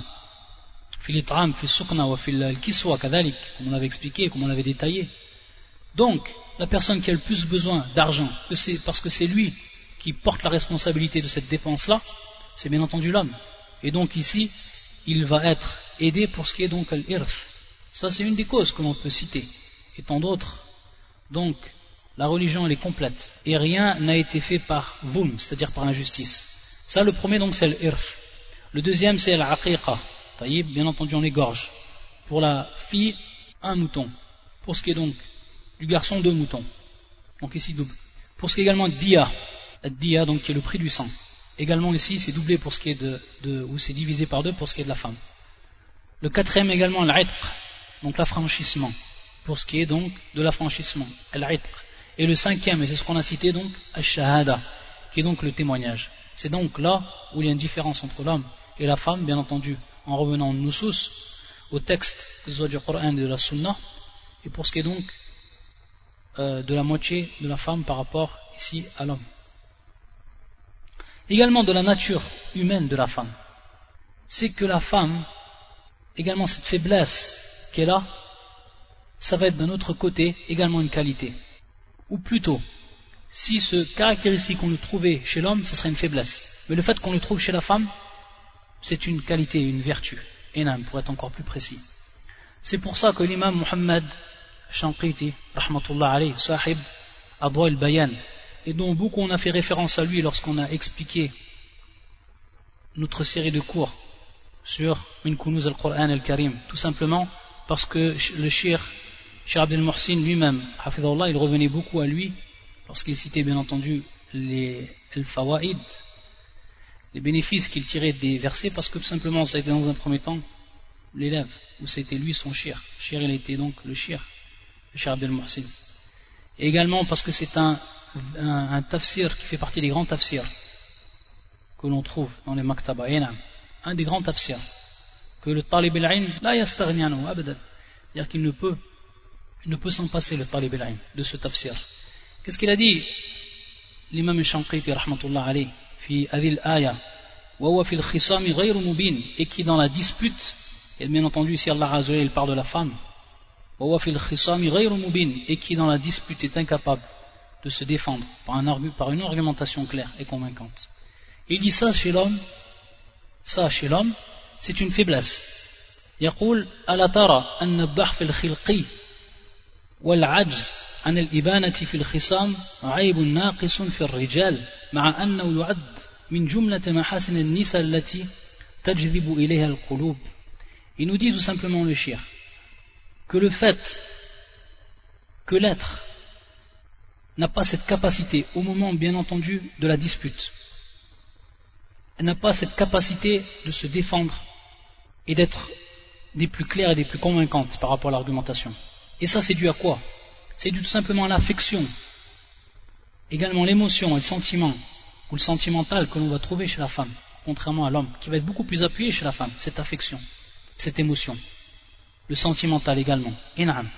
wa fil kiswa kadhalik, comme on l'avait expliqué, comme on l'avait détaillé. Donc la personne qui a le plus besoin d'argent, parce que c'est lui qui porte la responsabilité de cette dépense-là, c'est bien entendu l'homme. Et donc ici, il va être aidé pour ce qui est donc l'irth. Ça c'est une des causes que l'on peut citer, et tant d'autres. Donc, la religion elle est complète, et rien n'a été fait par zulm, c'est-à-dire par injustice. Ça, le premier donc c'est l'irth. Le deuxième c'est l'aqiqa, taïb, bien entendu on égorge. Pour la fille, 1 mouton. Pour ce qui est donc du garçon, 2 moutons. Donc ici double. Pour ce qui est également diya, donc qui est le prix du sang. Également ici c'est doublé pour ce qui est ou c'est divisé par 2 pour ce qui est de la femme. Le quatrième également l'itq, donc l'affranchissement, pour ce qui est donc de l'affranchissement, l'itq. Et le cinquième, et c'est ce qu'on a cité donc, al-shahada, qui est donc le témoignage. C'est donc là où il y a une différence entre l'homme et la femme, bien entendu, en revenant au nusus, au texte, que ce soit du Coran et de la Sunna, et pour ce qui est donc de la moitié de la femme par rapport ici à l'homme. Également de la nature humaine de la femme, c'est que la femme, également cette faiblesse qu'elle a, ça va être d'un autre côté également une qualité. Ou plutôt, si ce caractéristique qu'on le trouvait chez l'homme, ce serait une faiblesse. Mais le fait qu'on le trouve chez la femme, c'est une qualité, une vertu. Énorme, pour être encore plus précis. C'est pour ça que l'imam Muhammad Shanqiti, rahmatullah alayhi, sahib Adwa al-Bayan, et dont beaucoup on a fait référence à lui lorsqu'on a expliqué notre série de cours sur Min Kunuz al-Qur'an al-Karim, tout simplement parce que le Cheikh Abdel Mohsin lui-même, hafidhahullah, il revenait beaucoup à lui lorsqu'il citait bien entendu les fawaid, les bénéfices qu'il tirait des versets, parce que tout simplement ça a été dans un premier temps l'élève, ou c'était lui son Cheikh. Cheikh il était donc le Cheikh Abdel Mohsin. Et également parce que c'est un tafsir qui fait partie des grands tafsirs que l'on trouve dans les maktaba, un des grands tafsirs, que le talib al-ilm la yastaghni anhu abadan, c'est-à-dire qu'il ne peut s'en passer, le talib al-ilm, de ce tafsir. Qu'est-ce qu'il a dit l'imam al-Shanqiti rahmatullah alayh fi hadhihi al-aya wa huwa fi al-khisam ghayr mubin, et qui dans la dispute, et bien entendu ici Allah Azza wa Jalla parle de la femme, wa huwa fi al-khisam ghayr mubin, et qui dans la dispute est incapable de se défendre par une argumentation claire et convaincante. Il dit ça chez l'homme, c'est une faiblesse. يقول ألا ترى أن الضعف الخلقي والعجز عن الإبانة في الخصام عيب ناقص في الرجال مع أنه يعد من جملة محاسن النساء التي تجذب إليها القلوب. Il nous dit tout simplement le shir que le fait que l'être n'a pas cette capacité au moment bien entendu de la dispute, elle n'a pas cette capacité de se défendre et d'être des plus claires et des plus convaincantes par rapport à l'argumentation. Et ça c'est dû à quoi? C'est dû tout simplement à l'affection, également l'émotion et le sentiment ou le sentimental que l'on va trouver chez la femme, contrairement à l'homme, qui va être beaucoup plus appuyé chez la femme, cette affection, cette émotion, le sentimental également. In'am.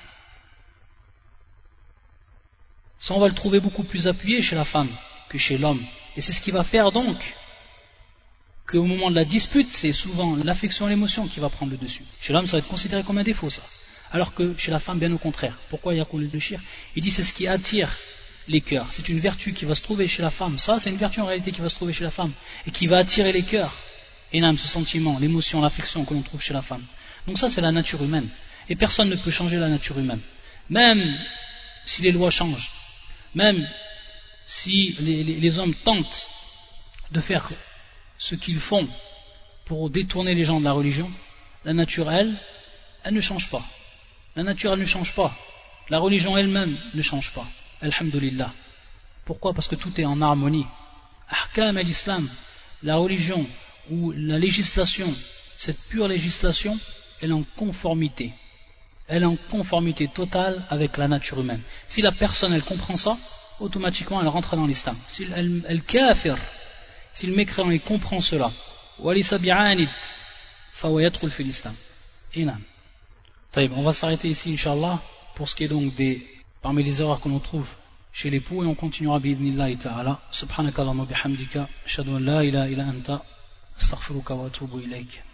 Ça on va le trouver beaucoup plus appuyé chez la femme que chez l'homme. Et c'est ce qui va faire donc qu'au moment de la dispute, c'est souvent l'affection et l'émotion qui va prendre le dessus. Chez l'homme, ça va être considéré comme un défaut, ça. Alors que chez la femme, bien au contraire. Pourquoi Yaqul le shir? Il dit c'est ce qui attire les cœurs. C'est une vertu qui va se trouver chez la femme. Ça, c'est une vertu en réalité qui va se trouver chez la femme et qui va attirer les cœurs. Et ce sentiment, l'émotion, l'affection que l'on trouve chez la femme. Donc ça, c'est la nature humaine. Et personne ne peut changer la nature humaine. Même si les lois changent, même si les hommes tentent de faire ce qu'ils font pour détourner les gens de la religion, la nature, elle ne change pas. La nature, elle ne change pas. La religion elle-même ne change pas. Alhamdulillah. Pourquoi? Parce que tout est en harmonie. Ahkam al-Islam, la religion ou la législation, cette pure législation, elle est en conformité. Elle est en conformité totale avec la nature humaine. Si la personne, elle comprend ça, automatiquement, elle rentre dans l'islam. Si elle kafir, si le mécréant, il comprend cela, on va s'arrêter ici, Inch'Allah, pour ce qui est donc parmi les erreurs que l'on trouve chez l'époux, et on continuera bi'idhnillahi ta'ala. Subhanakallahumma bihamdika, ashhadu an la ilaha illa anta, astaghfiruka wa atubu ilayk.